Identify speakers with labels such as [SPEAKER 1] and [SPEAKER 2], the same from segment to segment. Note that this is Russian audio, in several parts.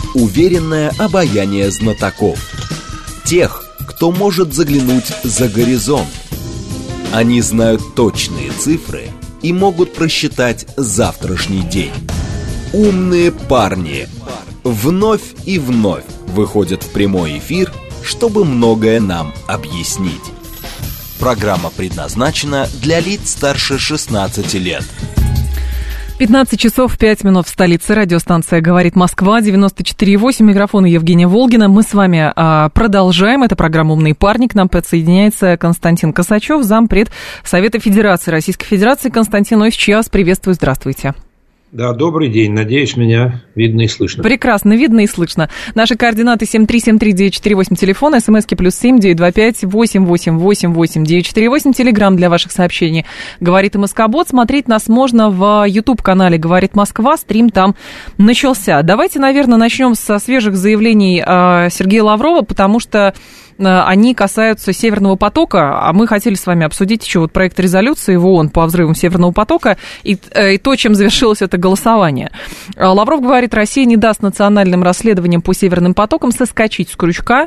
[SPEAKER 1] уверенное обаяние знатоков. Тех, кто может заглянуть за горизонт. Они знают точные цифры и могут просчитать завтрашний день. Умные парни вновь и вновь выходят в прямой эфир, чтобы многое нам объяснить. Программа предназначена для лиц старше 16 лет.
[SPEAKER 2] 15 часов 5 минут в столице. Радиостанция «Говорит Москва», 94,8. Микрофон Евгения Волгина. Мы с вами продолжаем. Это программа «Умный парни». К нам подсоединяется Константин Косачев, зампред Совета Федерации Российской Федерации. Константин Осич, я вас приветствую. Здравствуйте.
[SPEAKER 3] Да, добрый день. Надеюсь, меня видно и слышно.
[SPEAKER 2] Прекрасно, видно и слышно. Наши координаты 7373948, телефон, смски +7 925 888 948, телеграм для ваших сообщений. Говорит МСК-бот. Смотреть нас можно в YouTube-канале «Говорит Москва». Стрим там начался. Давайте, наверное, начнем со свежих заявлений Сергея Лаврова, потому что они касаются Северного потока, а мы хотели с вами обсудить еще вот проект резолюции в ООН по взрывам Северного потока и то, чем завершилось это голосование. Лавров говорит, Россия не даст национальным расследованиям по Северным потокам соскочить с крючка.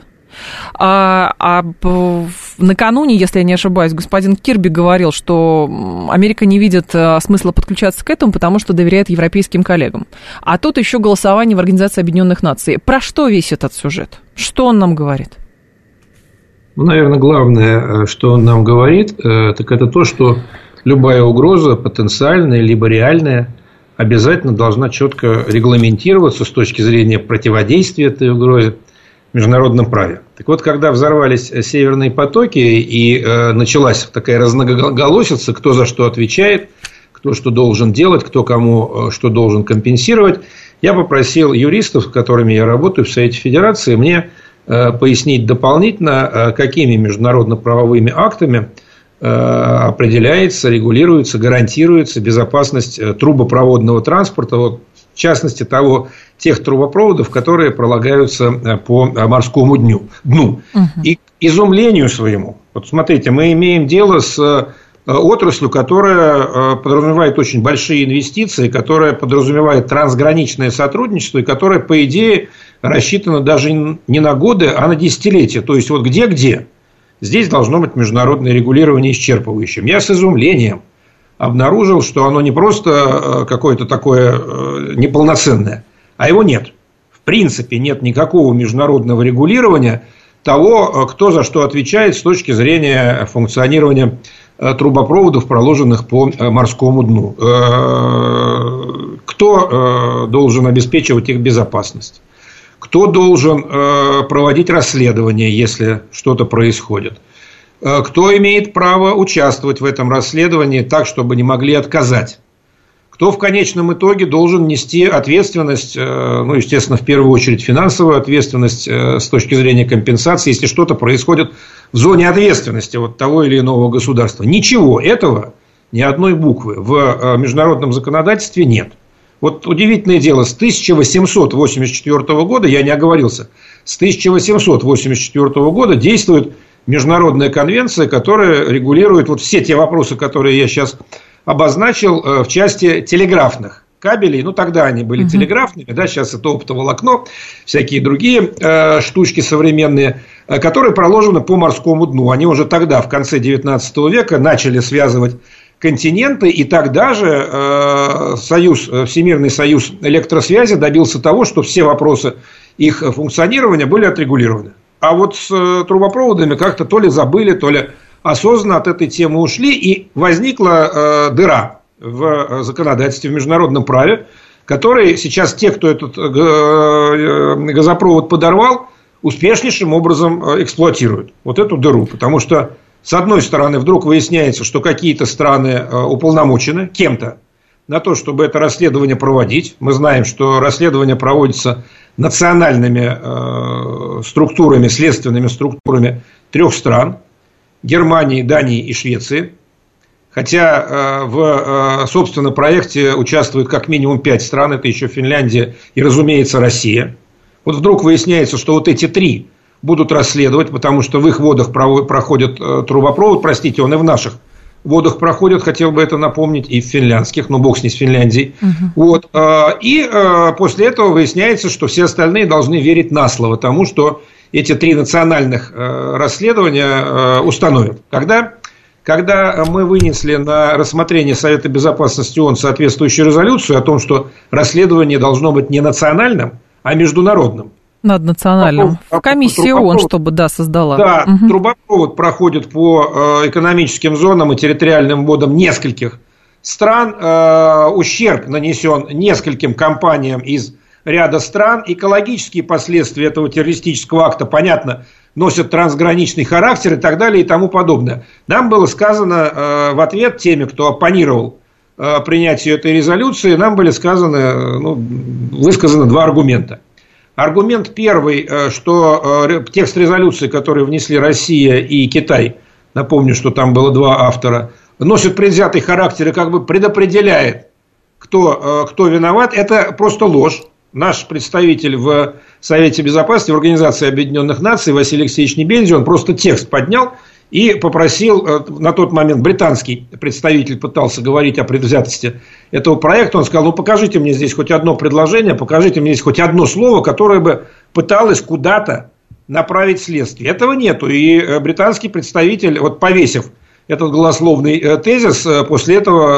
[SPEAKER 2] Накануне, если я не ошибаюсь, господин Кирби говорил, что Америка не видит смысла подключаться к этому, потому что доверяет европейским коллегам. А тут еще голосование в Организации Объединенных Наций. Про что весь этот сюжет? Что он нам говорит?
[SPEAKER 3] Ну, наверное, главное, что он нам говорит, так это то, что любая угроза, потенциальная либо реальная, обязательно должна четко регламентироваться с точки зрения противодействия этой угрозе в международном праве. Так вот, когда взорвались северные потоки и началась такая разноголосица, кто за что отвечает, кто что должен делать, кто кому что должен компенсировать, я попросил юристов, с которыми я работаю в Совете Федерации, мне пояснить дополнительно, какими международно-правовыми актами определяется, регулируется, гарантируется безопасность трубопроводного транспорта, вот, в частности, тех трубопроводов, которые пролагаются по морскому дну. И к изумлению своему, вот смотрите, мы имеем дело с отраслью, которая подразумевает очень большие инвестиции, которая подразумевает трансграничное сотрудничество и которая, по идее, рассчитана даже не на годы, а на десятилетия. То есть, вот где-где здесь должно быть международное регулирование исчерпывающим. Я с изумлением обнаружил, что оно не просто какое-то такое неполноценное, а его нет. В принципе, нет никакого международного регулирования того, кто за что отвечает с точки зрения функционирования трубопроводов, проложенных по морскому дну. Кто должен обеспечивать их безопасность? Кто должен проводить расследование, если что-то происходит? Кто имеет право участвовать в этом расследовании так, чтобы не могли отказать? Кто в конечном итоге должен нести ответственность, ну, естественно, в первую очередь финансовую ответственность с точки зрения компенсации, если что-то происходит в зоне ответственности вот того или иного государства? Ничего этого, ни одной буквы в международном законодательстве нет. Вот удивительное дело, с 1884 года, я не оговорился, с 1884 года действует международная конвенция, которая регулирует вот все те вопросы, которые я сейчас обозначил в части телеграфных кабелей. Ну, тогда они были телеграфными, да, сейчас это оптоволокно, всякие другие штучки современные, которые проложены по морскому дну. Они уже тогда, в конце 19 века, начали связывать континенты, и тогда же Всемирный союз электросвязи добился того, что все вопросы их функционирования были отрегулированы. А вот с трубопроводами как-то то ли забыли, то ли осознанно от этой темы ушли, и возникла дыра в законодательстве, в международном праве, который сейчас те, кто этот газопровод подорвал, успешнейшим образом эксплуатируют вот эту дыру. Потому что, с одной стороны, вдруг выясняется, что какие-то страны уполномочены кем-то на то, чтобы это расследование проводить. Мы знаем, что расследование проводится национальными структурами, следственными структурами 3 стран: Германии, Дании и Швеции. Хотя в, собственно, проекте участвует как минимум 5 стран. Это еще Финляндия и, разумеется, Россия. Вот вдруг выясняется, что вот эти 3 будут расследовать, потому что в их водах проходит трубопровод, простите, он и в наших водах проходят, хотел бы это напомнить, и в финляндских, но бог с ней с Финляндией. Вот. И после этого выясняется, что все остальные должны верить на слово тому, что эти 3 национальных расследования установят. Когда мы вынесли на рассмотрение Совета Безопасности ООН соответствующую резолюцию о том, что расследование должно быть не национальным, а международным.
[SPEAKER 2] Наднациональным. В комиссии ООН, чтобы, создала.
[SPEAKER 3] Да, трубопровод проходит по экономическим зонам и территориальным водам нескольких стран. Ущерб нанесен нескольким компаниям из ряда стран. Экологические последствия этого террористического акта, понятно, носят трансграничный характер и так далее и тому подобное. Нам было сказано в ответ теми, кто оппонировал принятию этой резолюции, нам были высказаны 2 аргумента. Аргумент первый, что текст резолюции, который внесли Россия и Китай, напомню, что там было 2 автора, носит предвзятый характер и как бы предопределяет, кто виноват. Это просто ложь. Наш представитель в Совете Безопасности, в Организации Объединенных Наций Василий Алексеевич Небензи, он просто текст поднял и попросил, на тот момент британский представитель пытался говорить о предвзятости этого проекта, он сказал, покажите мне здесь хоть одно предложение, покажите мне здесь хоть одно слово, которое бы пыталось куда-то направить следствие. Этого нету, и британский представитель, повесив этот голословный тезис, после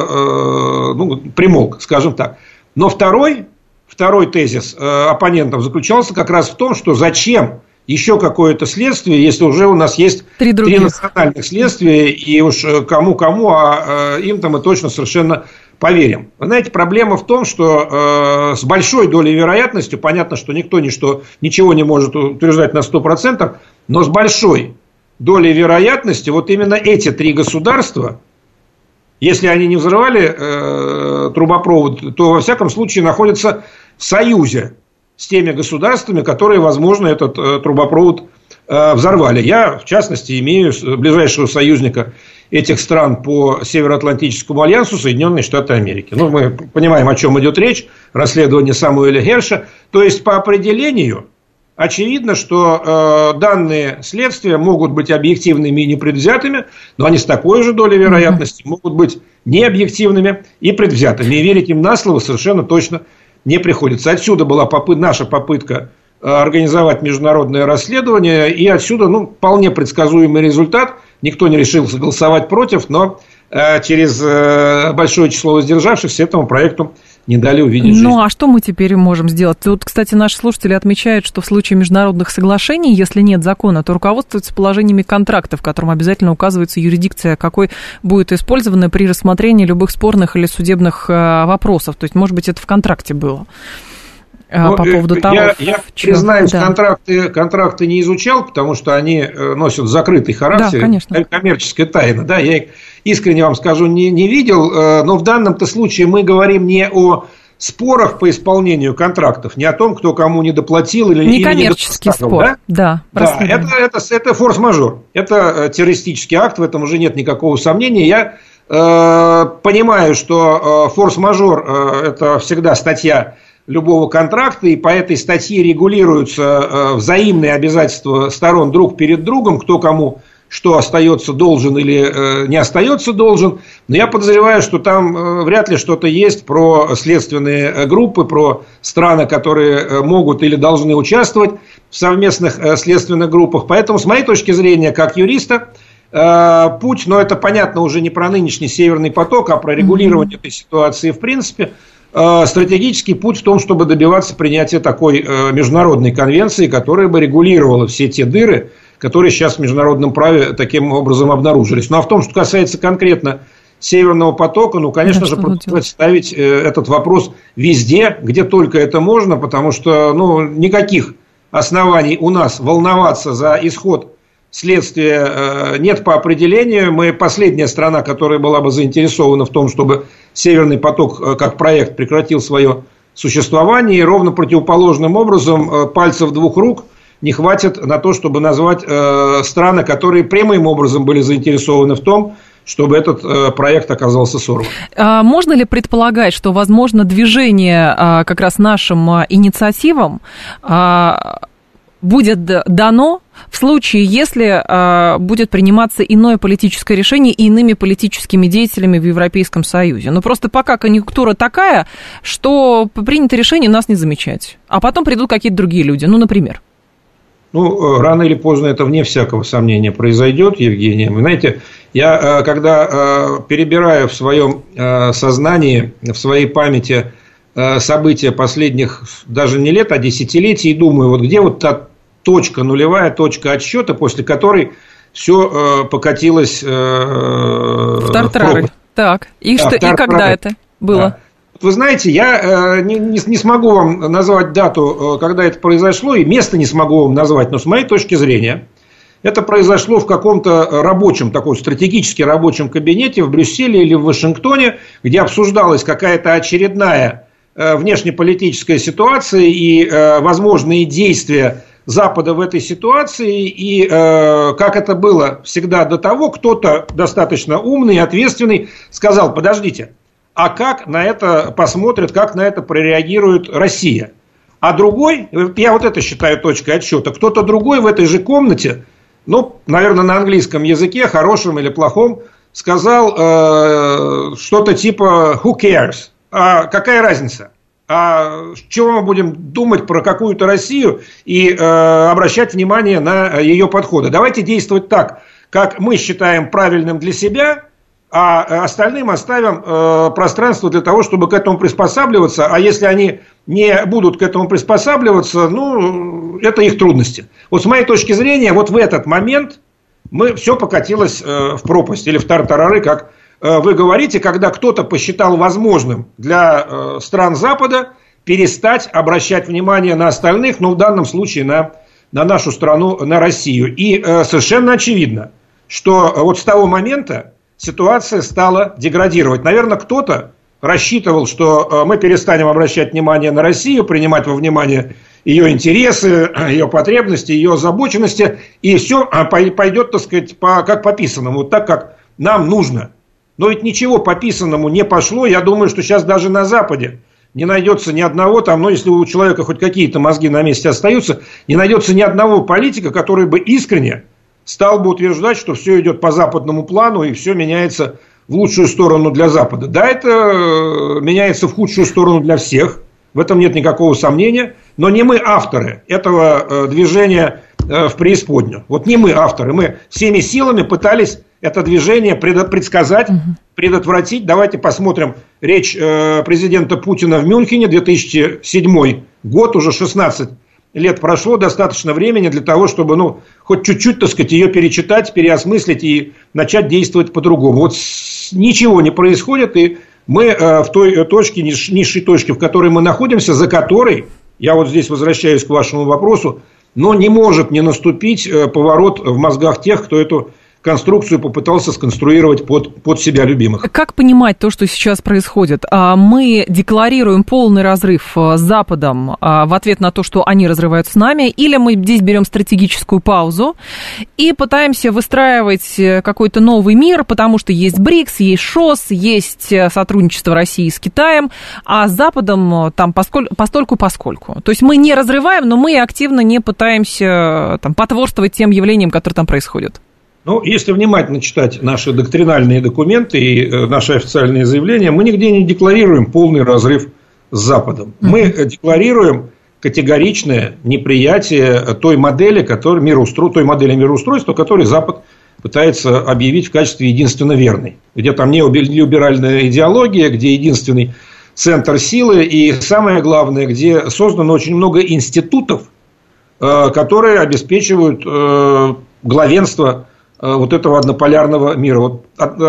[SPEAKER 3] этого примолк, скажем так. Но второй тезис оппонентов заключался как раз в том, что зачем еще какое-то следствие, если уже у нас есть 3 национальных следствия, и уж кому-кому, а им-то мы точно совершенно поверим. Вы знаете, проблема в том, что с большой долей вероятности, понятно, что никто ничего не может утверждать на 100%, но с большой долей вероятности вот именно эти 3 государства, если они не взрывали трубопровод, то во всяком случае находятся в союзе с теми государствами, которые, возможно, этот трубопровод взорвали. Я, в частности, имею ближайшего союзника этих стран по Североатлантическому альянсу Соединенные Штаты Америки. Мы понимаем, о чем идет речь. Расследование Самуэля Герша. То есть, по определению, очевидно, что данные следствия могут быть объективными и непредвзятыми, но они с такой же долей вероятности могут быть необъективными и предвзятыми. И верить им на слово совершенно точно не приходится. Отсюда была наша попытка организовать международное расследование, и отсюда вполне предсказуемый результат. Никто не решился голосовать против, но через большое число воздержавшихся этому проекту не дали увидеть жизнь. А
[SPEAKER 2] что мы теперь можем сделать? Тут, кстати, наши слушатели отмечают, что в случае международных соглашений, если нет закона, то руководствуются положениями контрактов, в котором обязательно указывается юрисдикция, какой будет использована при рассмотрении любых спорных или судебных вопросов. То есть, может быть, это в контракте было? По поводу того,
[SPEAKER 3] я признаюсь, контракты не изучал, потому что они носят закрытый характер, коммерческая тайна. Да, я их искренне вам скажу, не видел, но в данном-то случае мы говорим не о спорах по исполнению контрактов, не о том, кто кому не доплатил или не
[SPEAKER 2] коммерческий спор. Да,
[SPEAKER 3] это форс-мажор, это террористический акт, в этом уже нет никакого сомнения. Я понимаю, что форс-мажор – это всегда статья любого контракта, и по этой статье регулируются взаимные обязательства сторон друг перед другом, кто кому что остается должен или не остается должен. Но я подозреваю, что там вряд ли что-то есть про следственные группы, про страны, которые могут или должны участвовать в совместных следственных группах. Поэтому, с моей точки зрения, как юриста, путь, но это понятно уже не про нынешний Северный поток, а про регулирование этой ситуации в принципе. Стратегический путь в том, чтобы добиваться принятия такой международной конвенции, которая бы регулировала все те дыры, которые сейчас в международном праве таким образом обнаружились. Ну, а в том, что касается конкретно Северного потока, конечно же, продолжать ставить этот вопрос везде, где только это можно, потому что никаких оснований у нас волноваться за исход следствия нет по определению. Мы последняя страна, которая была бы заинтересована в том, чтобы Северный поток как проект прекратил свое существование. И ровно противоположным образом пальцев 2 рук не хватит на то, чтобы назвать страны, которые прямым образом были заинтересованы в том, чтобы этот проект оказался сорван.
[SPEAKER 2] Можно ли предполагать, что, возможно, движение как раз нашим инициативам будет дано В случае, если будет приниматься иное политическое решение иными политическими деятелями в Европейском Союзе. Но просто пока конъюнктура такая, что принято решение нас не замечать. А потом придут какие-то другие люди, ну, например.
[SPEAKER 3] Ну, рано или поздно это, вне всякого сомнения, произойдет, Евгения. Вы знаете, я когда перебираю в своем сознании, в своей памяти события последних даже не лет, а десятилетий, и думаю, вот где вот та точка, нулевая точка отсчета, после которой все покатилось в
[SPEAKER 2] тартарары. Так, и когда это было?
[SPEAKER 3] Да. Вы знаете, я не смогу вам назвать дату, когда это произошло, и место не смогу вам назвать, но с моей точки зрения, это произошло в каком-то рабочем, таком стратегически рабочем кабинете в Брюсселе или в Вашингтоне, где обсуждалась какая-то очередная внешнеполитическая ситуация и возможные действия Запада в этой ситуации, и как это было всегда до того, кто-то достаточно умный и ответственный сказал: подождите, а как на это посмотрит, как на это прореагирует Россия? А другой, я вот это считаю точкой отсчета, кто-то другой в этой же комнате, ну, наверное, на английском языке, хорошем или плохом, сказал что-то типа «who cares?», а какая разница? А чего мы будем думать про какую-то Россию и обращать внимание на ее подходы? Давайте действовать так, как мы считаем правильным для себя, а остальным оставим пространство для того, чтобы к этому приспосабливаться. А если они не будут к этому приспосабливаться, ну, это их трудности. Вот с моей точки зрения, вот в этот момент все покатилось в пропасть или в тартарары, как вы говорите, когда кто-то посчитал возможным для стран Запада перестать обращать внимание на остальных, но в данном случае на нашу страну, на Россию. И совершенно очевидно, что вот с того момента ситуация стала деградировать. Наверное, кто-то рассчитывал, что мы перестанем обращать внимание на Россию, принимать во внимание ее интересы, ее потребности, ее озабоченности, и все пойдет, так сказать, как по писанному, вот так, как нам нужно. Но ведь ничего по писанному не пошло. Я думаю, что сейчас даже на Западе не найдется ни одного, там, ну, если у человека хоть какие-то мозги на месте остаются, не найдется ни одного политика, который бы искренне стал бы утверждать, что все идет по западному плану и все меняется в лучшую сторону для Запада. Да, это меняется в худшую сторону для всех, в этом нет никакого сомнения, но не мы авторы этого движения в преисподнюю. Вот не мы авторы, мы всеми силами пытались это движение предсказать, предотвратить. Давайте посмотрим речь президента Путина в Мюнхене, 2007 год, уже 16 лет прошло, достаточно времени для того, чтобы, ну, хоть чуть-чуть, так сказать, ее перечитать, переосмыслить и начать действовать по-другому. Вот ничего не происходит, и мы в той точке, низшей точке, в которой мы находимся, за которой, я вот здесь возвращаюсь к вашему вопросу, но не может не наступить поворот в мозгах тех, кто эту конструкцию попытался сконструировать под себя любимых.
[SPEAKER 2] Как понимать то, что сейчас происходит? Мы декларируем полный разрыв с Западом в ответ на то, что они разрывают с нами, или мы здесь берем стратегическую паузу и пытаемся выстраивать какой-то новый мир, потому что есть БРИКС, есть ШОС, есть сотрудничество России с Китаем, а с Западом там постольку-поскольку. То есть мы не разрываем, но мы активно не пытаемся там потворствовать тем явлениям, которые там происходят.
[SPEAKER 3] Ну, если внимательно читать наши доктринальные документы и наши официальные заявления, мы нигде не декларируем полный разрыв с Западом. Мы декларируем категоричное неприятие той модели мироустройства, которую Запад пытается объявить в качестве единственно верной. Где там неолиберальная идеология, где единственный центр силы и, самое главное, где создано очень много институтов, которые обеспечивают главенство вот этого однополярного мира. Вот,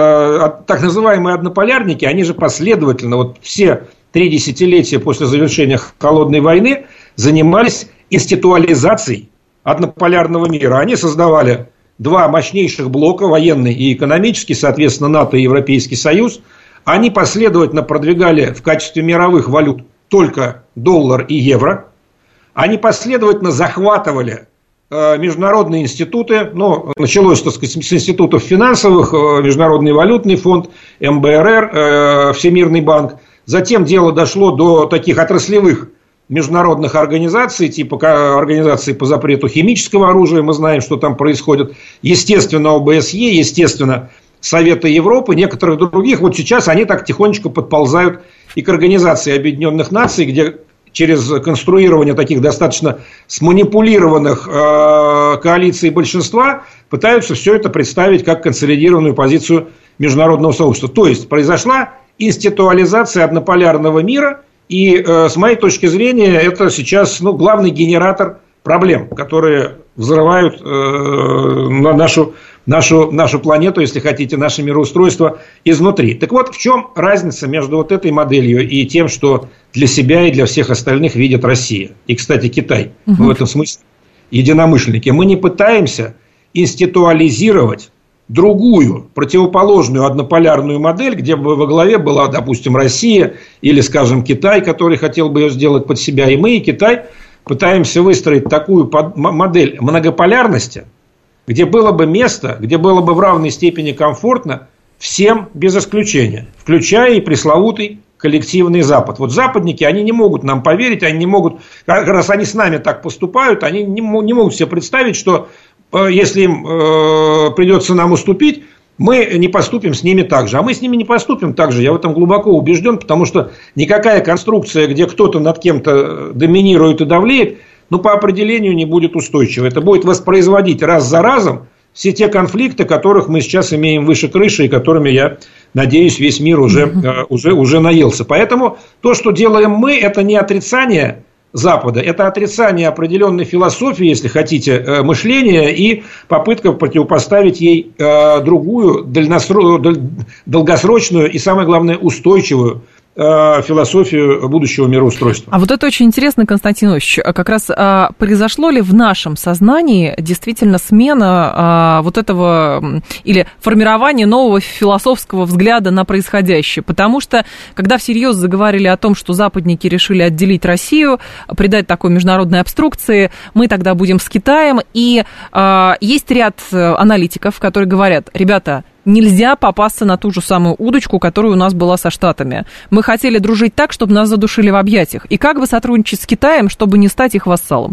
[SPEAKER 3] так называемые однополярники, они же последовательно, вот все 3 десятилетия после завершения Холодной войны занимались институализацией однополярного мира. Они создавали 2 мощнейших блока, военный и экономический, соответственно, НАТО и Европейский Союз. Они последовательно продвигали в качестве мировых валют только доллар и евро. Они последовательно захватывали международные институты, ну, началось, так сказать, с институтов финансовых, Международный валютный фонд, МБРР, Всемирный банк. Затем дело дошло до таких отраслевых международных организаций, типа организации по запрету химического оружия, мы знаем, что там происходит, естественно, ОБСЕ, естественно, Совета Европы, некоторых других, вот сейчас они так тихонечко подползают и к Организации Объединенных Наций, где через конструирование таких достаточно сманипулированных коалиций большинства пытаются все это представить как консолидированную позицию международного сообщества. То есть произошла институализация однополярного мира, и с моей точки зрения это сейчас главный генератор проблем, которые взрывают нашу планету, если хотите, наше мироустройство изнутри. Так вот, в чем разница между вот этой моделью и тем, что для себя и для всех остальных видит Россия? И, кстати, Китай. Мы в этом смысле единомышленники. Мы не пытаемся институализировать другую, противоположную однополярную модель, где бы во главе была, допустим, Россия или, скажем, Китай, который хотел бы ее сделать под себя. И мы, и Китай, пытаемся выстроить такую модель многополярности, где было бы место, где было бы в равной степени комфортно всем без исключения, включая и пресловутый коллективный Запад. Вот западники, они не могут нам поверить, они не могут, раз они с нами так поступают, они не могут себе представить, что если им придется нам уступить, мы не поступим с ними так же. А мы с ними не поступим так же, я в этом глубоко убежден, потому что никакая конструкция, где кто-то над кем-то доминирует и давлеет, по определению не будет устойчивой. Это будет воспроизводить раз за разом все те конфликты, которых мы сейчас имеем выше крыши, и которыми, я надеюсь, весь мир уже наелся. Поэтому то, что делаем мы, это не отрицание Запада, это отрицание определенной философии, если хотите, мышления, и попытка противопоставить ей другую, долгосрочную и, самое главное, устойчивую философию будущего мироустройства.
[SPEAKER 2] А вот это очень интересно, Константин Ильич. Как раз произошло ли в нашем сознании действительно смена вот этого или формирование нового философского взгляда на происходящее? Потому что, когда всерьез заговорили о том, что западники решили отделить Россию, придать такой международной обструкции, мы тогда будем с Китаем. И есть ряд аналитиков, которые говорят: ребята, нельзя попасться на ту же самую удочку, которая у нас была со Штатами. Мы хотели дружить так, чтобы нас задушили в объятиях. И как бы сотрудничать с Китаем, чтобы не стать их вассалом?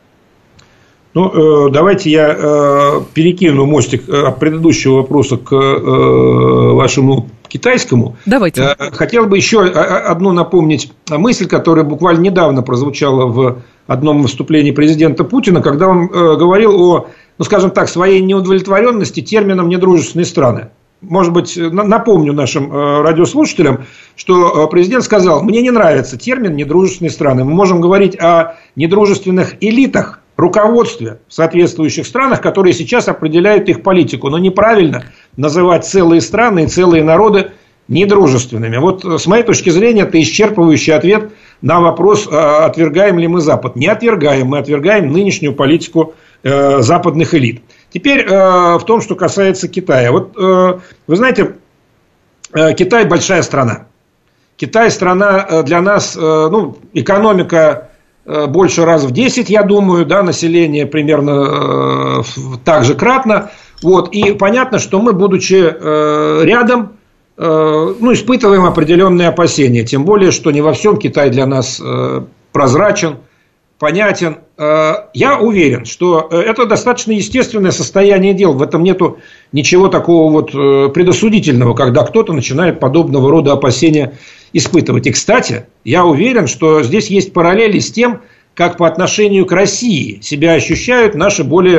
[SPEAKER 3] Давайте я перекину мостик от предыдущего вопроса к вашему китайскому.
[SPEAKER 2] Давайте.
[SPEAKER 3] Хотел бы еще одну напомнить мысль, которая буквально недавно прозвучала в одном выступлении президента Путина, когда он говорил о, скажем так, своей неудовлетворенности термином «недружественные страны». Может быть, напомню нашим радиослушателям, что президент сказал: мне не нравится термин «недружественные страны». Мы можем говорить о недружественных элитах, руководстве в соответствующих странах, которые сейчас определяют их политику. Но неправильно называть целые страны и целые народы недружественными. Вот с моей точки зрения это исчерпывающий ответ на вопрос, отвергаем ли мы Запад. Не отвергаем, мы отвергаем нынешнюю политику западных элит. Теперь в том, что касается Китая. Вот вы знаете, Китай большая страна. Китай страна для нас, экономика больше раз в 10, я думаю, да, население примерно так же кратно. Вот, и понятно, что мы, будучи рядом, испытываем определенные опасения. Тем более, что не во всем Китай для нас прозрачен, понятен. Я уверен, что это достаточно естественное состояние дел. В этом нету ничего такого вот предосудительного, когда кто-то начинает подобного рода опасения испытывать. И, кстати, я уверен, что здесь есть параллели с тем, как по отношению к России себя ощущают наши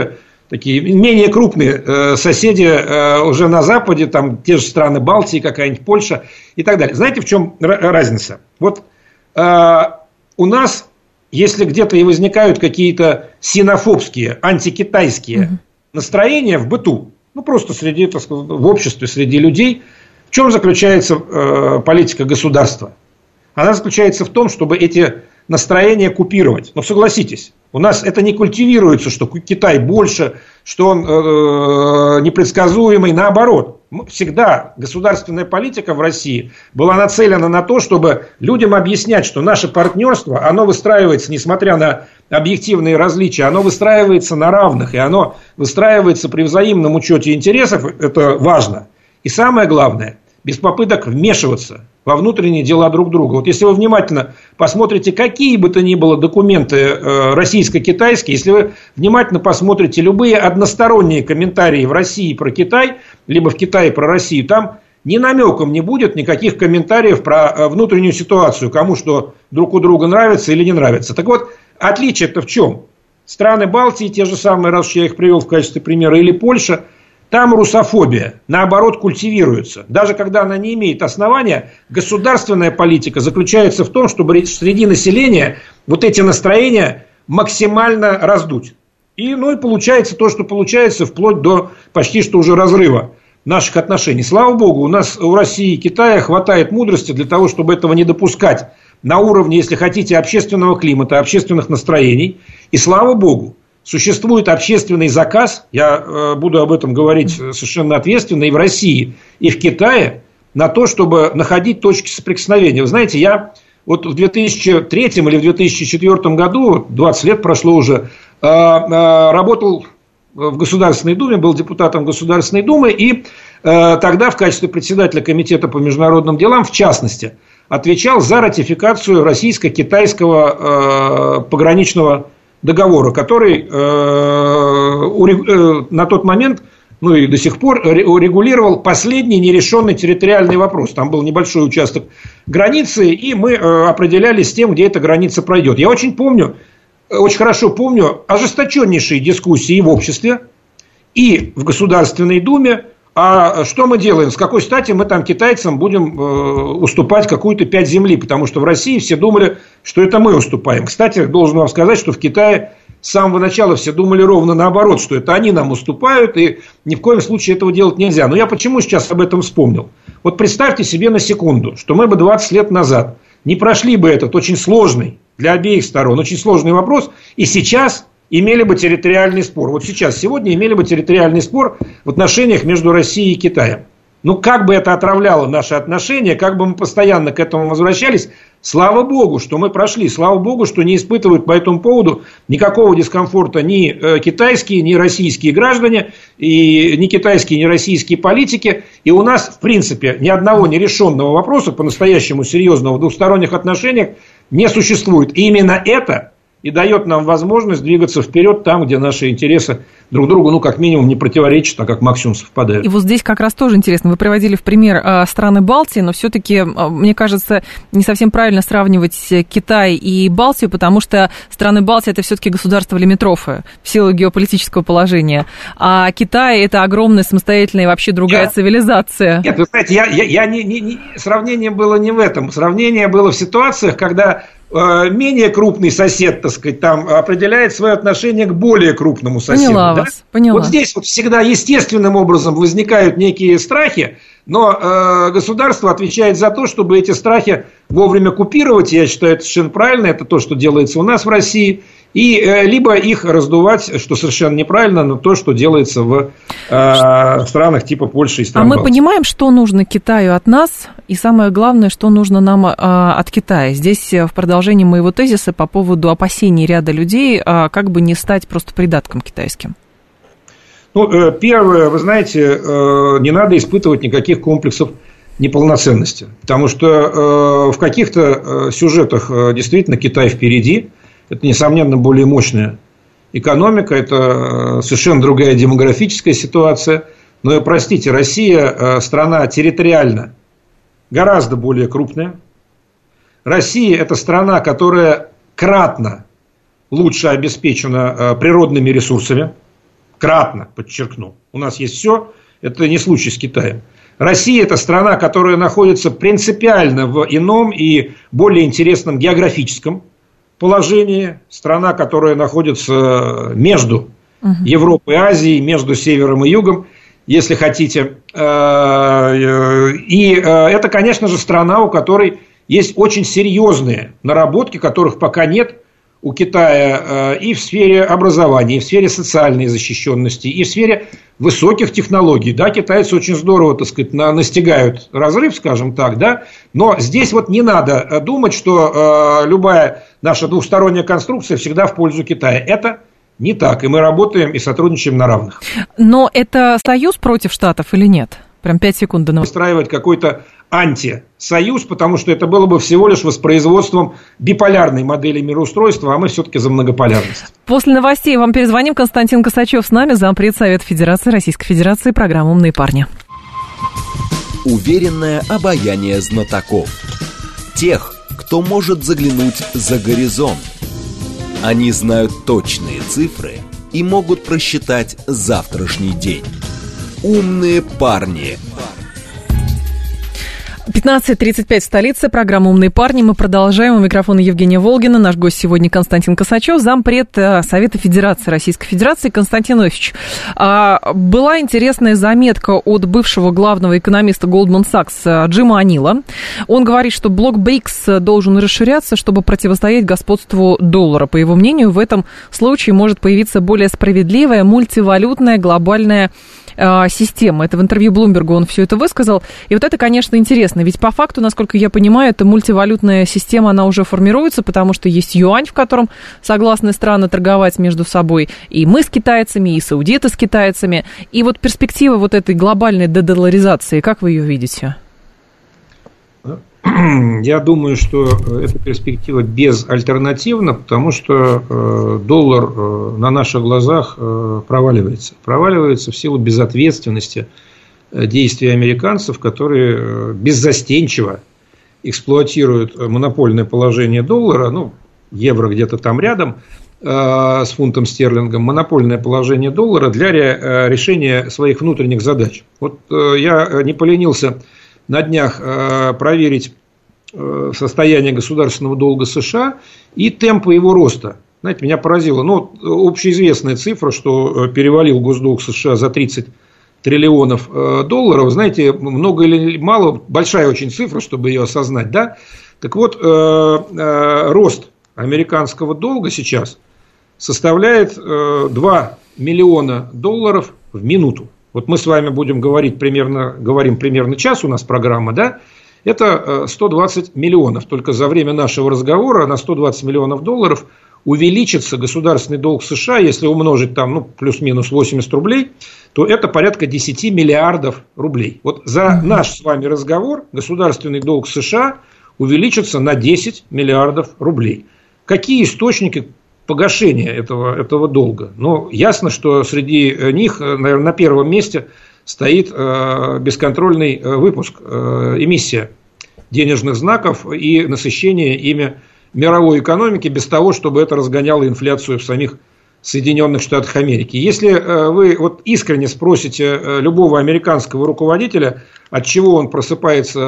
[SPEAKER 3] менее крупные соседи уже на Западе, там те же страны Балтии, какая-нибудь Польша и так далее. Знаете, в чем разница? Вот у нас, если где-то и возникают какие-то синофобские, антикитайские настроения в быту, просто среди, так сказать, в обществе, среди людей, в чем заключается политика государства? Она заключается в том, чтобы эти настроения купировать. Но согласитесь, у нас это не культивируется, что Китай больше, что он непредсказуемый. Наоборот, всегда государственная политика в России была нацелена на то, чтобы людям объяснять, что наше партнерство, оно выстраивается, несмотря на объективные различия, оно выстраивается на равных, и оно выстраивается при взаимном учете интересов. Это важно. И самое главное, без попыток вмешиваться во внутренние дела друг друга. Вот если вы внимательно посмотрите какие бы то ни было документы российско-китайские, если вы внимательно посмотрите любые односторонние комментарии в России про Китай, либо в Китае про Россию, там ни намеком не будет никаких комментариев про внутреннюю ситуацию, кому что друг у друга нравится или не нравится. Так вот, отличие-то в чем? Страны Балтии, те же самые, раз уж я их привел в качестве примера, или Польша, там русофобия, наоборот, культивируется. Даже когда она не имеет основания, государственная политика заключается в том, чтобы среди населения вот эти настроения максимально раздуть. И получается то, что получается, вплоть до почти что уже разрыва наших отношений. Слава богу, у нас, у России и Китая хватает мудрости для того, чтобы этого не допускать на уровне, если хотите, общественного климата, общественных настроений. И слава богу, существует общественный заказ, я буду об этом говорить совершенно ответственно, и в России, и в Китае, на то, чтобы находить точки соприкосновения. Вы знаете, я вот в 2003 или в 2004 году, 20 лет прошло уже, работал в Государственной Думе, был депутатом Государственной Думы, и тогда в качестве председателя Комитета по международным делам, в частности, отвечал за ратификацию российско-китайского пограничного договора, который на тот момент, и до сих пор урегулировал последний нерешенный территориальный вопрос. Там был небольшой участок границы, и мы определялись с тем, где эта граница пройдет. Я очень хорошо помню ожесточеннейшие дискуссии в обществе и в Государственной Думе. А что мы делаем? С какой стати мы там китайцам будем уступать какую-то 5 земли? Потому что в России все думали, что это мы уступаем. Кстати, должен вам сказать, что в Китае с самого начала все думали ровно наоборот, что это они нам уступают, и ни в коем случае этого делать нельзя. Но я почему сейчас об этом вспомнил? Вот представьте себе на секунду, что мы бы 20 лет назад не прошли бы этот очень сложный для обеих сторон, очень сложный вопрос, и сейчас имели бы территориальный спор. Вот сейчас, сегодня имели бы территориальный спор в отношениях между Россией и Китаем. Как бы это отравляло наши отношения, как бы мы постоянно к этому возвращались, слава богу, что мы прошли, слава богу, что не испытывают по этому поводу никакого дискомфорта ни китайские, ни российские граждане, и ни китайские, ни российские политики. И у нас, в принципе, ни одного нерешенного вопроса, по-настоящему серьезного в двусторонних отношениях не существует. И именно это и дает нам возможность двигаться вперед там, где наши интересы друг другу, как минимум, не противоречат, а как максимум совпадают. И
[SPEAKER 2] вот здесь как раз тоже интересно. Вы приводили в пример страны Балтии, но все-таки, мне кажется, не совсем правильно сравнивать Китай и Балтию, потому что страны Балтии – это все-таки государства-лимитрофы в силу геополитического положения. А Китай – это огромная самостоятельная вообще другая цивилизация.
[SPEAKER 3] Нет, вы знаете, сравнение было не в этом. Сравнение было в ситуациях, когда менее крупный сосед, так сказать, там определяет свое отношение к более крупному соседу.
[SPEAKER 2] Поняла.
[SPEAKER 3] Вот здесь всегда естественным образом возникают некие страхи, но государство отвечает за то, чтобы эти страхи вовремя купировать. Я считаю, это совершенно правильно. Это то, что делается у нас в России. И либо их раздувать, что совершенно неправильно, но то, что делается в странах типа Польши и стран Балтии.
[SPEAKER 2] Мы понимаем, что нужно Китаю от нас, и самое главное, что нужно нам от Китая. Здесь в продолжении моего тезиса по поводу опасений ряда людей, как бы не стать просто придатком китайским.
[SPEAKER 3] Первое, вы знаете, не надо испытывать никаких комплексов неполноценности. Потому что в каких-то сюжетах действительно Китай впереди. Это, несомненно, более мощная экономика, это совершенно другая демографическая ситуация. Но, простите, Россия страна территориально гораздо более крупная. Россия – это страна, которая кратно лучше обеспечена природными ресурсами. Кратно, подчеркну. У нас есть все. Это не случай с Китаем. Россия – это страна, которая находится принципиально в ином и более интересном географическом положении. Страна, которая находится между Европой и Азией, между севером и югом, если хотите. И это, конечно же, страна, у которой есть очень серьезные наработки, которых пока нет у Китая и в сфере образования, и в сфере социальной защищенности, и в сфере высоких технологий. Да, китайцы очень здорово, так сказать, настигают разрыв, скажем так, да, но здесь не надо думать, что любая наша двухсторонняя конструкция всегда в пользу Китая. Это не так, и мы работаем и сотрудничаем на равных.
[SPEAKER 2] Но это союз против Штатов или нет? Прям 5 секунд до новостей.
[SPEAKER 3] Устраивать какой-то антисоюз, потому что это было бы всего лишь воспроизводством биполярной модели мироустройства, а мы все-таки за многополярность.
[SPEAKER 2] После новостей вам перезвоним. Константин Косачев с нами, зампред Совета Федерации Российской Федерации, программа «Умные парни».
[SPEAKER 1] Уверенное обаяние знатоков. Тех, кто может заглянуть за горизонт. Они знают точные цифры и могут просчитать завтрашний день. Умные парни.
[SPEAKER 2] 15:35 в столице. Программа «Умные парни». Мы продолжаем. У микрофона Евгения Волгина. Наш гость сегодня Константин Косачев, зампред Совета Федерации Российской Федерации. Константин Иосифович, была интересная заметка от бывшего главного экономиста Goldman Sachs Джима О'Нила. Он говорит, что блок БРИКС должен расширяться, чтобы противостоять господству доллара. По его мнению, в этом случае может появиться более справедливая мультивалютная глобальная система. Это в интервью Блумбергу он все это высказал. И вот это, конечно, интересно. Ведь по факту, насколько я понимаю, эта мультивалютная система, она уже формируется, потому что есть юань, в котором согласны страны торговать между собой. И мы с китайцами, и саудиты с китайцами. И вот перспектива вот этой глобальной дедоларизации, как вы ее видите?
[SPEAKER 3] Я думаю, что эта перспектива безальтернативна, потому что доллар на наших глазах проваливается. Проваливается в силу безответственности действий американцев, которые беззастенчиво эксплуатируют монопольное положение доллара, ну, евро где-то там рядом с фунтом стерлингом, монопольное положение доллара для решения своих внутренних задач. Вот я не поленился на днях проверить состояние государственного долга США и темпы его роста. Знаете, меня поразило. Ну, общеизвестная цифра, что перевалил госдолг США за 30 триллионов долларов. Знаете, много или мало, большая очень цифра, чтобы ее осознать, да? Так вот, рост американского долга сейчас составляет 2 миллиона долларов в минуту. Вот мы с вами говорим примерно час, у нас программа, да? Это 120 миллионов. Только за время нашего разговора на 120 миллионов долларов увеличится государственный долг США, если умножить там, ну, плюс-минус 80 рублей, то это порядка 10 миллиардов рублей. Вот за наш с вами разговор государственный долг США увеличится на 10 миллиардов рублей. Какие источники погашения этого долга? Ну, ясно, что среди них, наверное, на первом месте стоит бесконтрольный выпуск, эмиссия денежных знаков и насыщение ими мировой экономики без того, чтобы это разгоняло инфляцию в самих Соединенных Штатах Америки. Если вы вот искренне спросите любого американского руководителя, от чего он просыпается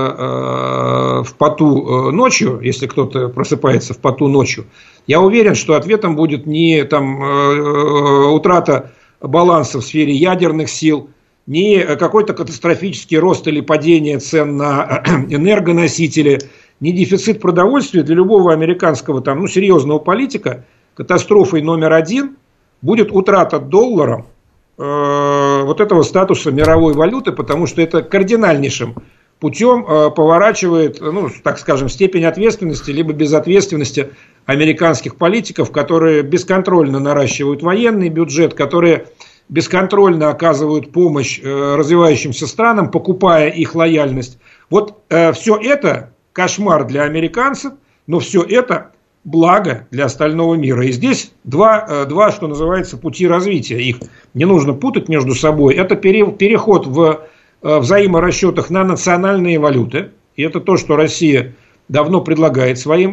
[SPEAKER 3] в поту ночью, если кто-то просыпается в поту ночью, я уверен, что ответом будет не там утрата баланса в сфере ядерных сил, не какой-то катастрофический рост или падение цен на энергоносители, не дефицит продовольствия. Для любого американского серьезного политика катастрофой номер один будет утрата долларом вот этого статуса мировой валюты, потому что это кардинальнейшим путем поворачивает, так скажем, степень ответственности либо безответственности американских политиков, которые бесконтрольно наращивают военный бюджет, которые бесконтрольно оказывают помощь развивающимся странам, покупая их лояльность. Вот все это кошмар для американцев, но все это благо для остального мира. И здесь два, что называется, пути развития. Их не нужно путать между собой. Это переход в взаиморасчетах на национальные валюты. И это то, что Россия давно предлагает своим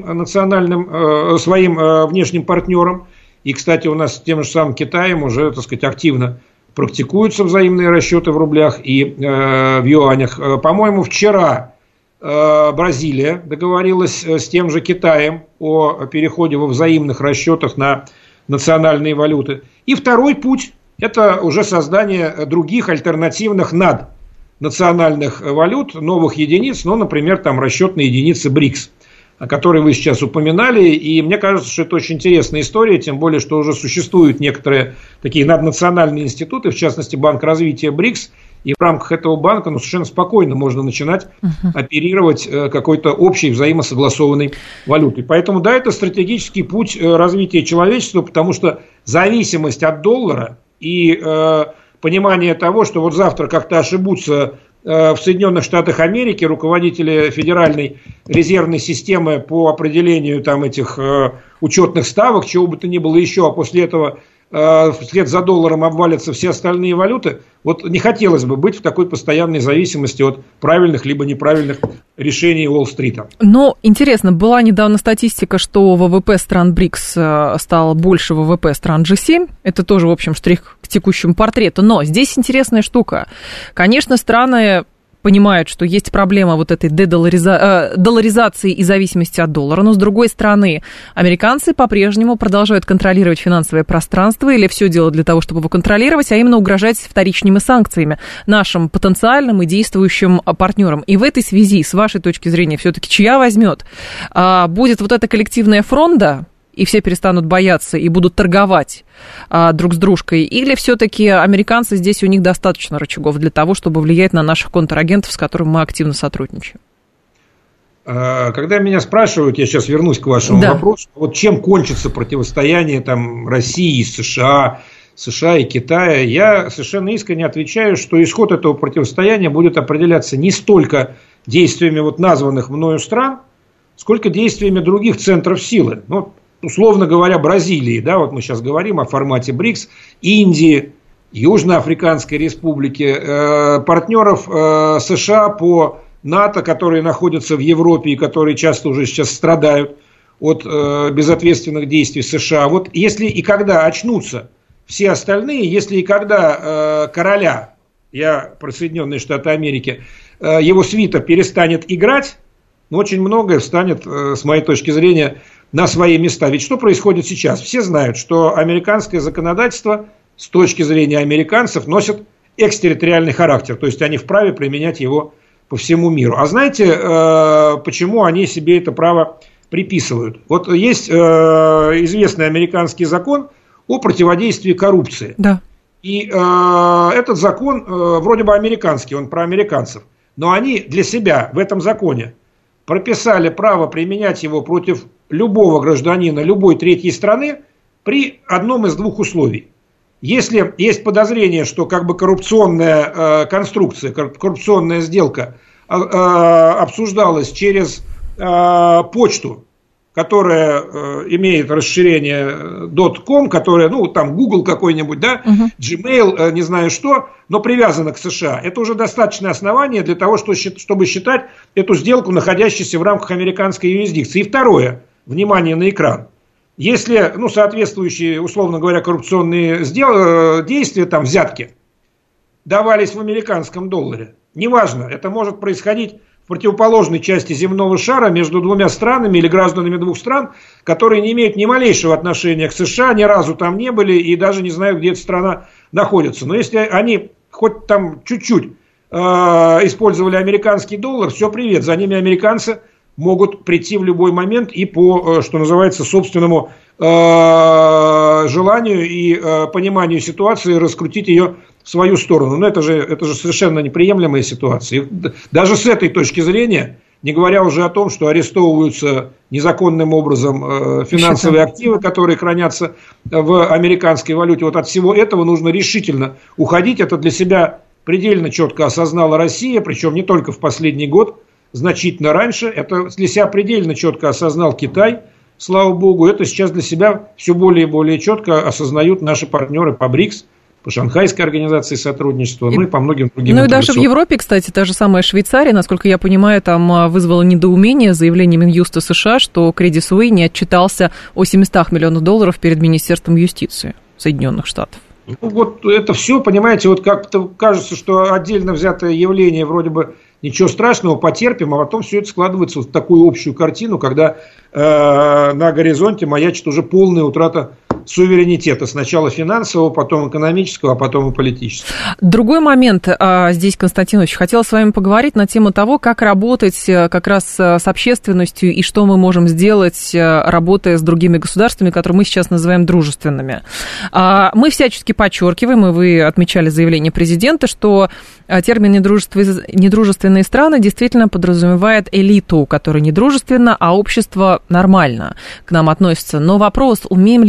[SPEAKER 3] внешним партнерам. И, кстати, у нас с тем же самым Китаем уже, так сказать, активно практикуются взаимные расчеты в рублях и в юанях. По-моему, вчера Бразилия договорилась с тем же Китаем о переходе во взаимных расчетах на национальные валюты. И второй путь – это уже создание других альтернативных наднациональных валют, новых единиц, например, расчетные единицы БРИКС, о которой вы сейчас упоминали. И мне кажется, что это очень интересная история, тем более, что уже существуют некоторые такие наднациональные институты, в частности, Банк развития БРИКС. И в рамках этого банка совершенно спокойно можно начинать оперировать какой-то общей взаимосогласованной валютой. Поэтому, да, это стратегический путь развития человечества, потому что зависимость от доллара и понимание того, что вот завтра как-то ошибутся в Соединенных Штатах Америки, руководители Федеральной резервной системы по определению там этих учетных ставок, чего бы то ни было еще, а после этого вслед за долларом обвалятся все остальные валюты. Вот не хотелось бы быть в такой постоянной зависимости от правильных либо неправильных решений Уолл-стрита.
[SPEAKER 2] Но интересно, была недавно статистика, что ВВП стран БРИКС стало больше ВВП стран G7. Это тоже, в общем, штрих к текущему портрету. Но здесь интересная штука. Конечно, страны понимают, что есть проблема вот этой долларизации и зависимости от доллара, но, с другой стороны, американцы по-прежнему продолжают контролировать финансовое пространство или все делают для того, чтобы его контролировать, а именно угрожать вторичными санкциями нашим потенциальным и действующим партнерам. И в этой связи, с вашей точки зрения, все-таки чья возьмет? Будет вот эта коллективная фронта, и все перестанут бояться и будут торговать друг с дружкой? Или все-таки американцы, здесь у них достаточно рычагов для того, чтобы влиять на наших контрагентов, с которыми мы активно сотрудничаем?
[SPEAKER 3] Когда меня спрашивают, я сейчас вернусь к вашему вопросу, вот чем кончится противостояние там, России и США и Китая, я совершенно искренне отвечаю, что исход этого противостояния будет определяться не столько действиями вот названных мною стран, сколько действиями других центров силы. Ну, условно говоря, Бразилии, да, вот мы сейчас говорим о формате БРИКС, Индии, Южноафриканской Республики, партнеров США по НАТО, которые находятся в Европе и которые часто уже сейчас страдают от безответственных действий США. Вот если и когда очнутся все остальные, если и когда короля, я про Соединенные Штаты Америки, его свита перестанет играть, но очень многое встанет, с моей точки зрения, на свои места. Ведь что происходит сейчас? Все знают, что американское законодательство с точки зрения американцев носит экстерриториальный характер. То есть они вправе применять его по всему миру. А знаете, почему они себе это право приписывают? Вот есть известный американский закон о противодействии коррупции. Да. И этот закон вроде бы американский, он про американцев. Но они для себя в этом законе прописали право применять его против любого гражданина любой третьей страны при одном из двух условий. Если есть подозрение, что как бы коррупционная конструкция, коррупционная сделка обсуждалась через почту, которая имеет расширение .com, которая, ну, там, Google какой-нибудь, да, Gmail, не знаю что, но привязана к США. Это уже достаточное основание для того, чтобы считать эту сделку находящейся в рамках американской юрисдикции. И второе, внимание на экран. Если, ну, соответствующие, условно говоря, коррупционные действия, там, взятки, давались в американском долларе, неважно, это может происходить в противоположной части земного шара между двумя странами или гражданами двух стран, которые не имеют ни малейшего отношения к США, ни разу там не были и даже не знают, где эта страна находится. Но если они хоть там чуть-чуть использовали американский доллар, все, привет, за ними американцы могут прийти в любой момент и по, что называется, собственному желанию и пониманию ситуации раскрутить ее в свою сторону. Но это же совершенно неприемлемая ситуация. И даже с этой точки зрения, не говоря уже о том, что арестовываются незаконным образом финансовые активы, которые хранятся в американской валюте, вот от всего этого нужно решительно уходить. Это для себя предельно четко осознала Россия, причем не только в последний год, значительно раньше. Это для себя предельно четко осознал Китай, слава богу. Это сейчас для себя все более и более четко осознают наши партнеры по БРИКС, по Шанхайской организации сотрудничества, ну и по многим другим.
[SPEAKER 2] Ну и даже в Европе, кстати, та же самая Швейцария, насколько я понимаю, там вызвало недоумение заявление Минюста США, что Credit Suisse не отчитался о $700 миллионов перед Министерством юстиции Соединенных Штатов.
[SPEAKER 3] Ну, вот это все, понимаете, вот как-то кажется, что отдельно взятое явление вроде бы ничего страшного, потерпим, а потом все это складывается в такую общую картину, когда на горизонте маячит уже полная утрата суверенитета. Сначала финансового, потом экономического, а потом и политического.
[SPEAKER 2] Другой момент здесь, Константин Ильич, хотела с вами поговорить на тему того, как работать как раз с общественностью и что мы можем сделать, работая с другими государствами, которые мы сейчас называем дружественными. Мы всячески подчеркиваем, и вы отмечали заявление президента, что термин «недружественные страны» действительно подразумевает элиту, которая недружественна, а общество нормально к нам относится. Но вопрос, умеем ли мы работать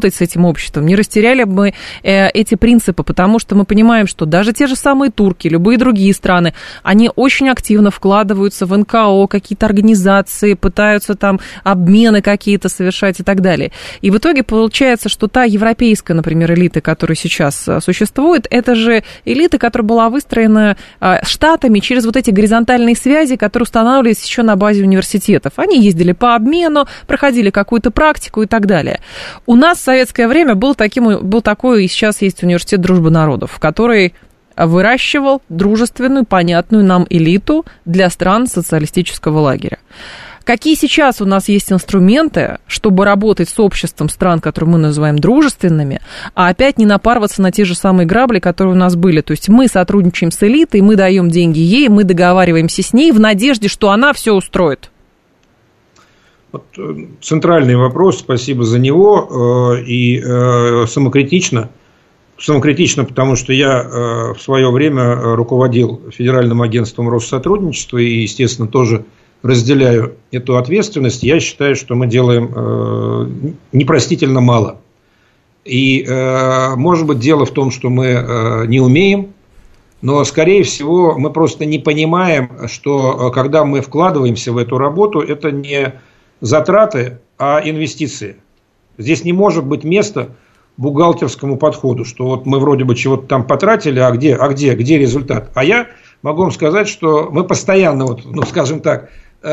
[SPEAKER 2] работать с этим обществом, не растеряли бы мы эти принципы, потому что мы понимаем, что даже те же самые турки, любые другие страны, они очень активно вкладываются в НКО, какие-то организации, пытаются там обмены какие-то совершать и так далее. И в итоге получается, что та европейская, например, элита, которая сейчас существует, это же элита, которая была выстроена штатами через вот эти горизонтальные связи, которые устанавливались еще на базе университетов. Они ездили по обмену, проходили какую-то практику и так далее. У нас в советское время был такой, и сейчас есть университет дружбы народов, который выращивал дружественную, понятную нам элиту для стран социалистического лагеря. Какие сейчас у нас есть инструменты, чтобы работать с обществом стран, которые мы называем дружественными, а опять не напарываться на те же самые грабли, которые у нас были? То есть мы сотрудничаем с элитой, мы даем деньги ей, мы договариваемся с ней в надежде, что она все устроит.
[SPEAKER 3] Вот центральный вопрос, спасибо за него, и самокритично, потому что я в свое время руководил Федеральным агентством Россотрудничества и, естественно, тоже разделяю эту ответственность. Я считаю, что мы делаем непростительно мало. И, может быть, дело в том, что мы не умеем, но, скорее всего, мы просто не понимаем, что когда мы вкладываемся в эту работу, это не затраты, а инвестиции. Здесь не может быть места бухгалтерскому подходу, что вот мы вроде бы чего-то там потратили, а где результат? А я могу вам сказать, что мы постоянно, вот, скажем так,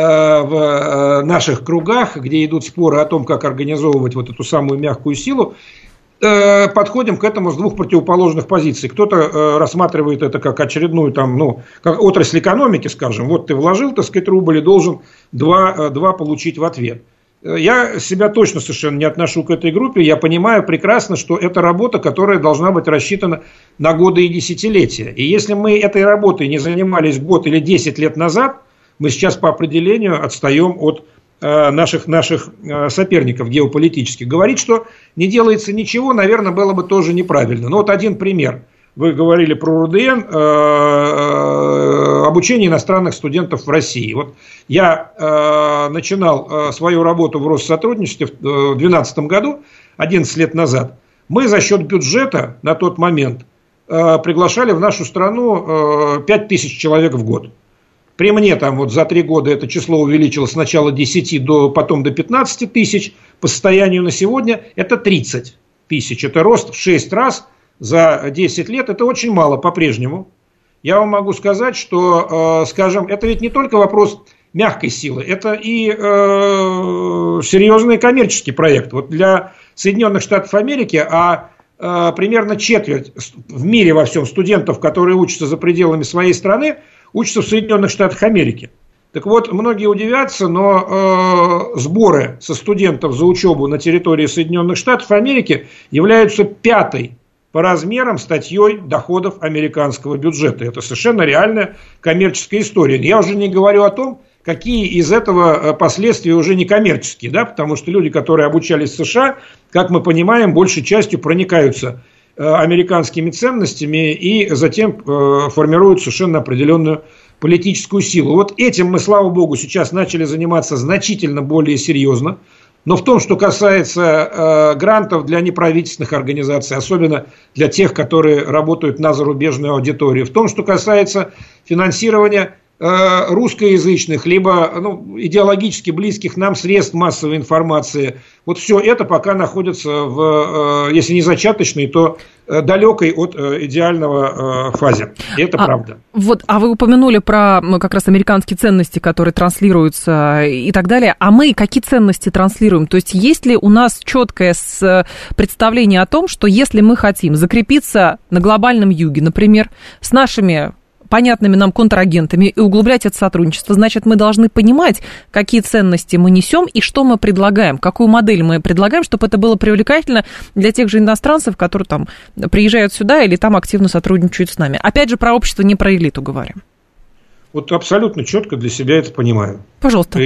[SPEAKER 3] в наших кругах, где идут споры о том, как организовывать вот эту самую мягкую силу, подходим к этому с двух противоположных позиций. Кто-то рассматривает это как очередную как отрасль экономики, скажем, вот ты вложил, так сказать, рубль и должен два получить в ответ. Я себя точно совершенно не отношу к этой группе. Я понимаю прекрасно, что это работа, которая должна быть рассчитана на годы и десятилетия. И если мы этой работой не занимались год или 10 лет назад, мы сейчас по определению отстаем от наших соперников геополитических. Говорить, что не делается ничего, наверное, было бы тоже неправильно. Но вот один пример. Вы говорили про РУДН, обучение иностранных студентов в России. Вот я начинал свою работу в Россотрудничестве в 2012 году, 11 лет назад. Мы за счет бюджета на тот момент приглашали в нашу страну 5000 человек в год. При мне там вот за 3 года это число увеличилось сначала 10, потом до 15 тысяч. По состоянию на сегодня это 30 тысяч. Это рост в 6 раз за 10 лет. Это очень мало по-прежнему. Я вам могу сказать, что, скажем, это ведь не только вопрос мягкой силы. Это и серьезный коммерческий проект. Вот для Соединенных Штатов Америки, примерно четверть в мире во всем студентов, которые учатся за пределами своей страны, учатся в Соединенных Штатах Америки. Так вот, многие удивятся, но сборы со студентов за учебу на территории Соединенных Штатов Америки являются 5-й по размерам статьей доходов американского бюджета. Это совершенно реальная коммерческая история. Я уже не говорю о том, какие из этого последствия уже не коммерческие, да, потому что люди, которые обучались в США, как мы понимаем, большей частью проникаются американскими ценностями и затем формируют совершенно определенную политическую силу. Вот этим мы, слава богу, сейчас начали заниматься значительно более серьезно. Но в том, что касается грантов для неправительственных организаций, особенно для тех, которые работают на зарубежную аудиторию, в том, что касается финансирования русскоязычных, либо идеологически близких нам средств массовой информации. Вот все это пока находится в, если не зачаточной, то далекой от идеального фазе. И это правда.
[SPEAKER 2] А вы упомянули про как раз американские ценности, которые транслируются и так далее. А мы какие ценности транслируем? То есть есть ли у нас четкое представление о том, что если мы хотим закрепиться на глобальном юге, например, с нашими понятными нам контрагентами и углублять это сотрудничество, значит, мы должны понимать, какие ценности мы несем и что мы предлагаем, какую модель мы предлагаем, чтобы это было привлекательно для тех же иностранцев, которые там приезжают сюда или там активно сотрудничают с нами. Опять же, про общество, не про элиту говорим.
[SPEAKER 3] Вот абсолютно четко для себя это понимаю.
[SPEAKER 2] Пожалуйста.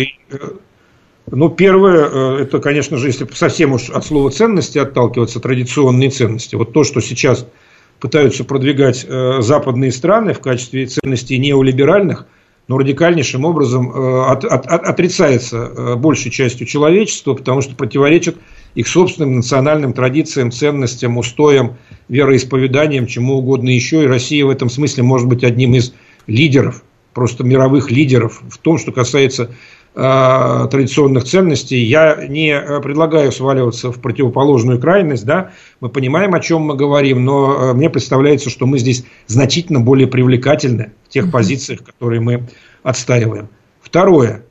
[SPEAKER 3] Первое, это, конечно же, если совсем уж от слова ценности отталкиваться, традиционные ценности. Вот то, что сейчас пытаются продвигать западные страны в качестве ценностей неолиберальных, но радикальнейшим образом отрицается большей частью человечества, потому что противоречит их собственным национальным традициям, ценностям, устоям, вероисповеданиям, чему угодно еще. И Россия в этом смысле может быть одним из лидеров, просто мировых лидеров в том, что касается традиционных ценностей. Я не предлагаю сваливаться в противоположную крайность, да, мы понимаем, о чем мы говорим, но мне представляется, что мы здесь значительно более привлекательны в тех позициях, которые мы отстаиваем. Второе.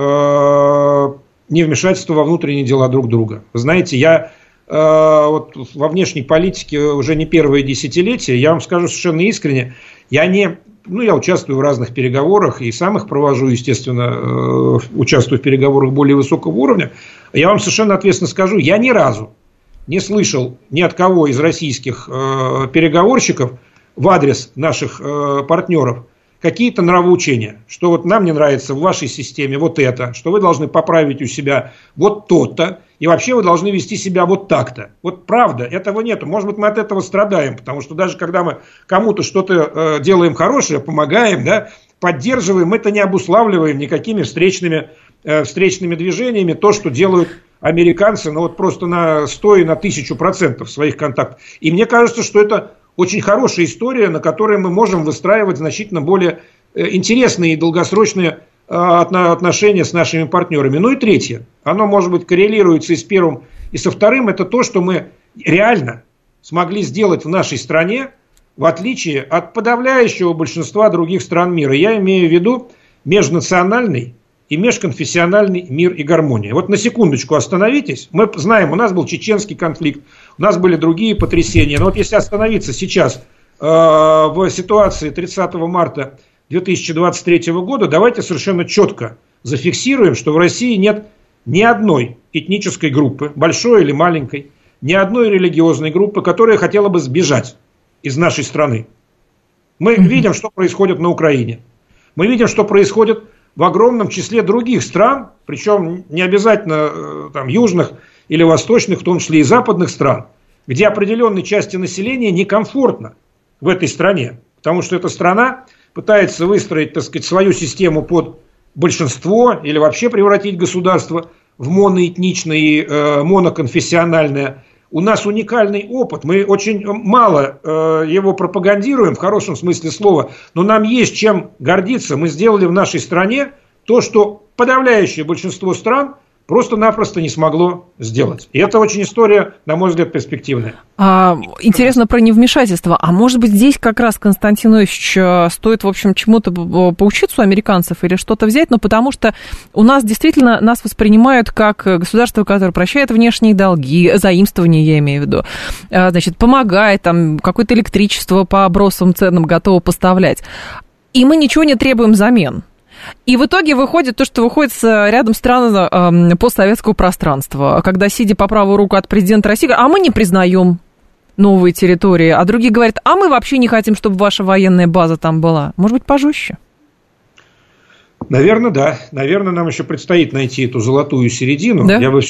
[SPEAKER 3] Невмешательство во внутренние дела друг друга. Вы знаете, я вот во внешней политике уже не первое десятилетие, я вам скажу совершенно искренне, я участвую в разных переговорах и сам их провожу, естественно, участвую в переговорах более высокого уровня. Я вам совершенно ответственно скажу, я ни разу не слышал ни от кого из российских переговорщиков в адрес наших партнеров какие-то нравоучения, что вот нам не нравится в вашей системе вот это, что вы должны поправить у себя вот то-то, и вообще вы должны вести себя вот так-то. Вот правда, этого нету. Может быть, мы от этого страдаем, потому что даже когда мы кому-то что-то делаем хорошее, помогаем, да, поддерживаем, это не обуславливаем никакими встречными движениями, то, что делают американцы, вот просто на 100 и на 1000% своих контактов. И мне кажется, что это очень хорошая история, на которой мы можем выстраивать значительно более интересные и долгосрочные отношения с нашими партнерами. Ну и третье, оно, может быть, коррелируется и с первым, и со вторым, это то, что мы реально смогли сделать в нашей стране, в отличие от подавляющего большинства других стран мира. Я имею в виду межнациональный и межконфессиональный мир и гармония. Вот на секундочку остановитесь. Мы знаем, у нас был чеченский конфликт, у нас были другие потрясения. Но вот если остановиться сейчас в ситуации 30 марта 2023 года, давайте совершенно четко зафиксируем, что в России нет ни одной этнической группы, большой или маленькой, ни одной религиозной группы, которая хотела бы сбежать из нашей страны. Мы видим, что происходит на Украине. Мы видим, что происходит в огромном числе других стран, причем не обязательно там, южных или восточных, в том числе и западных стран, где определенной части населения некомфортно в этой стране, потому что эта страна пытается выстроить, так сказать, свою систему под большинство или вообще превратить государство в моноэтничное и моноконфессиональное. У нас уникальный опыт, мы очень мало его пропагандируем в хорошем смысле слова, но нам есть чем гордиться. Мы сделали в нашей стране то, что подавляющее большинство стран просто-напросто не смогло сделать. И это очень история, на мой взгляд, перспективная.
[SPEAKER 2] Интересно про невмешательство. А может быть, здесь как раз, Константин Иосифович, стоит, в общем, чему-то поучиться у американцев или что-то взять? Ну, потому что у нас действительно нас воспринимают как государство, которое прощает внешние долги, заимствования, я имею в виду. Значит, помогает, там, какое-то электричество по бросовым ценам готово поставлять. И мы ничего не требуем взамен. И в итоге выходит то, что выходит рядом страны постсоветского пространства, когда, сидя по правую руку от президента России, а мы не признаем новые территории, а другие говорят, а мы вообще не хотим, чтобы ваша военная база там была. Может быть, пожестче?
[SPEAKER 3] Наверное, да. Наверное, нам еще предстоит найти эту золотую середину.
[SPEAKER 2] Да?
[SPEAKER 3] Я бы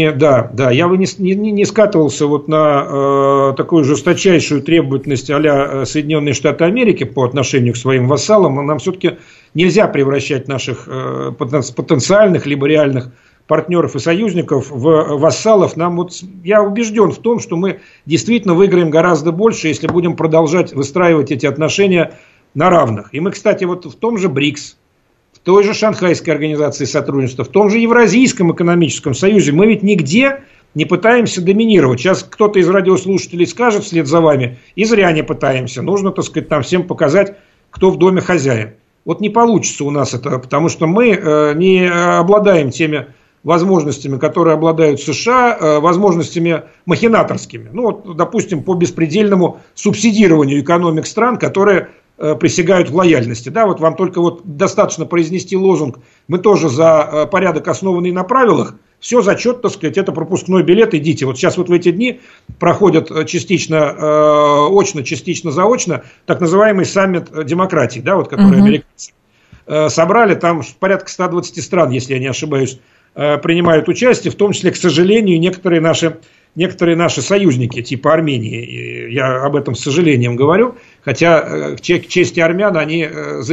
[SPEAKER 3] не скатывался вот на такую жесточайшую требовательность а-ля Соединенные Штаты Америки по отношению к своим вассалам. Нам все-таки нельзя превращать наших потенциальных либо реальных партнеров и союзников в вассалов. Я убежден в том, что мы действительно выиграем гораздо больше, если будем продолжать выстраивать эти отношения на равных. И мы, кстати, вот в том же БРИКС, в той же Шанхайской организации сотрудничества, в том же Евразийском экономическом союзе мы ведь нигде не пытаемся доминировать. Сейчас кто-то из радиослушателей скажет вслед за вами, и зря не пытаемся. Нужно, так сказать, там всем показать, кто в доме хозяин. Вот не получится у нас это, потому что мы не обладаем теми возможностями, которые обладают США, возможностями махинаторскими. Ну, вот, допустим, по беспредельному субсидированию экономик стран, которые присягают в лояльности. Да, вот вам только вот достаточно произнести лозунг «Мы тоже за порядок, основанный на правилах», все, зачет, так сказать, это пропускной билет, идите. Вот сейчас вот в эти дни проходят частично очно, частично заочно так называемый саммит демократии, да, вот, который американцы собрали, там порядка 120 стран, если я не ошибаюсь, принимают участие, в том числе, к сожалению, некоторые наши союзники, типа Армении. Я об этом с сожалением говорю, хотя к чести армян они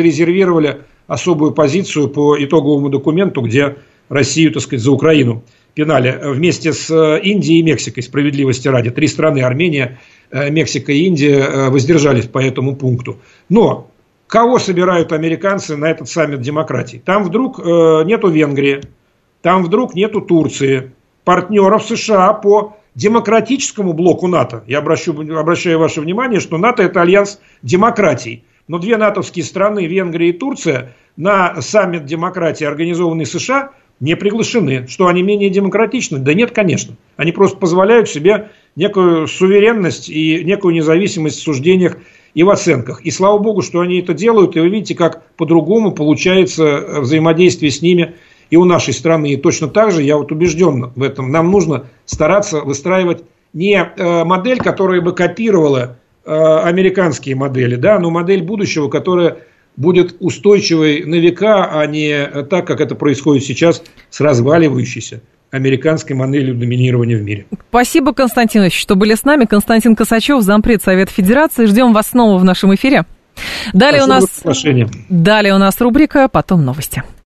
[SPEAKER 3] зарезервировали особую позицию по итоговому документу, где Россию, так сказать, за Украину пенале вместе с Индией и Мексикой, справедливости ради. 3 страны, Армения, Мексика и Индия, воздержались по этому пункту. Но кого собирают американцы на этот саммит демократий? Там вдруг нету Венгрии, там вдруг нету Турции, партнеров США по демократическому блоку НАТО. Я обращаю ваше внимание, что НАТО – это альянс демократий. Но 2 натовские страны, Венгрия и Турция, на саммит демократии, организованный США, не приглашены. Что они менее демократичны? Да нет, конечно. Они просто позволяют себе некую суверенность и некую независимость в суждениях и в оценках. И слава богу, что они это делают. И вы видите, как по-другому получается взаимодействие с ними и у нашей страны. И точно так же, я вот убежден в этом, нам нужно стараться выстраивать не модель, которая бы копировала американские модели, да, но модель будущего, которая будет устойчивой на века, а не так, как это происходит сейчас с разваливающейся американской моделью доминирования в мире.
[SPEAKER 2] Спасибо, Константин Ильич, что были с нами. Константин Косачев, зампред Совета Федерации. Ждем вас снова в нашем эфире. Далее у нас рубрика, потом новости.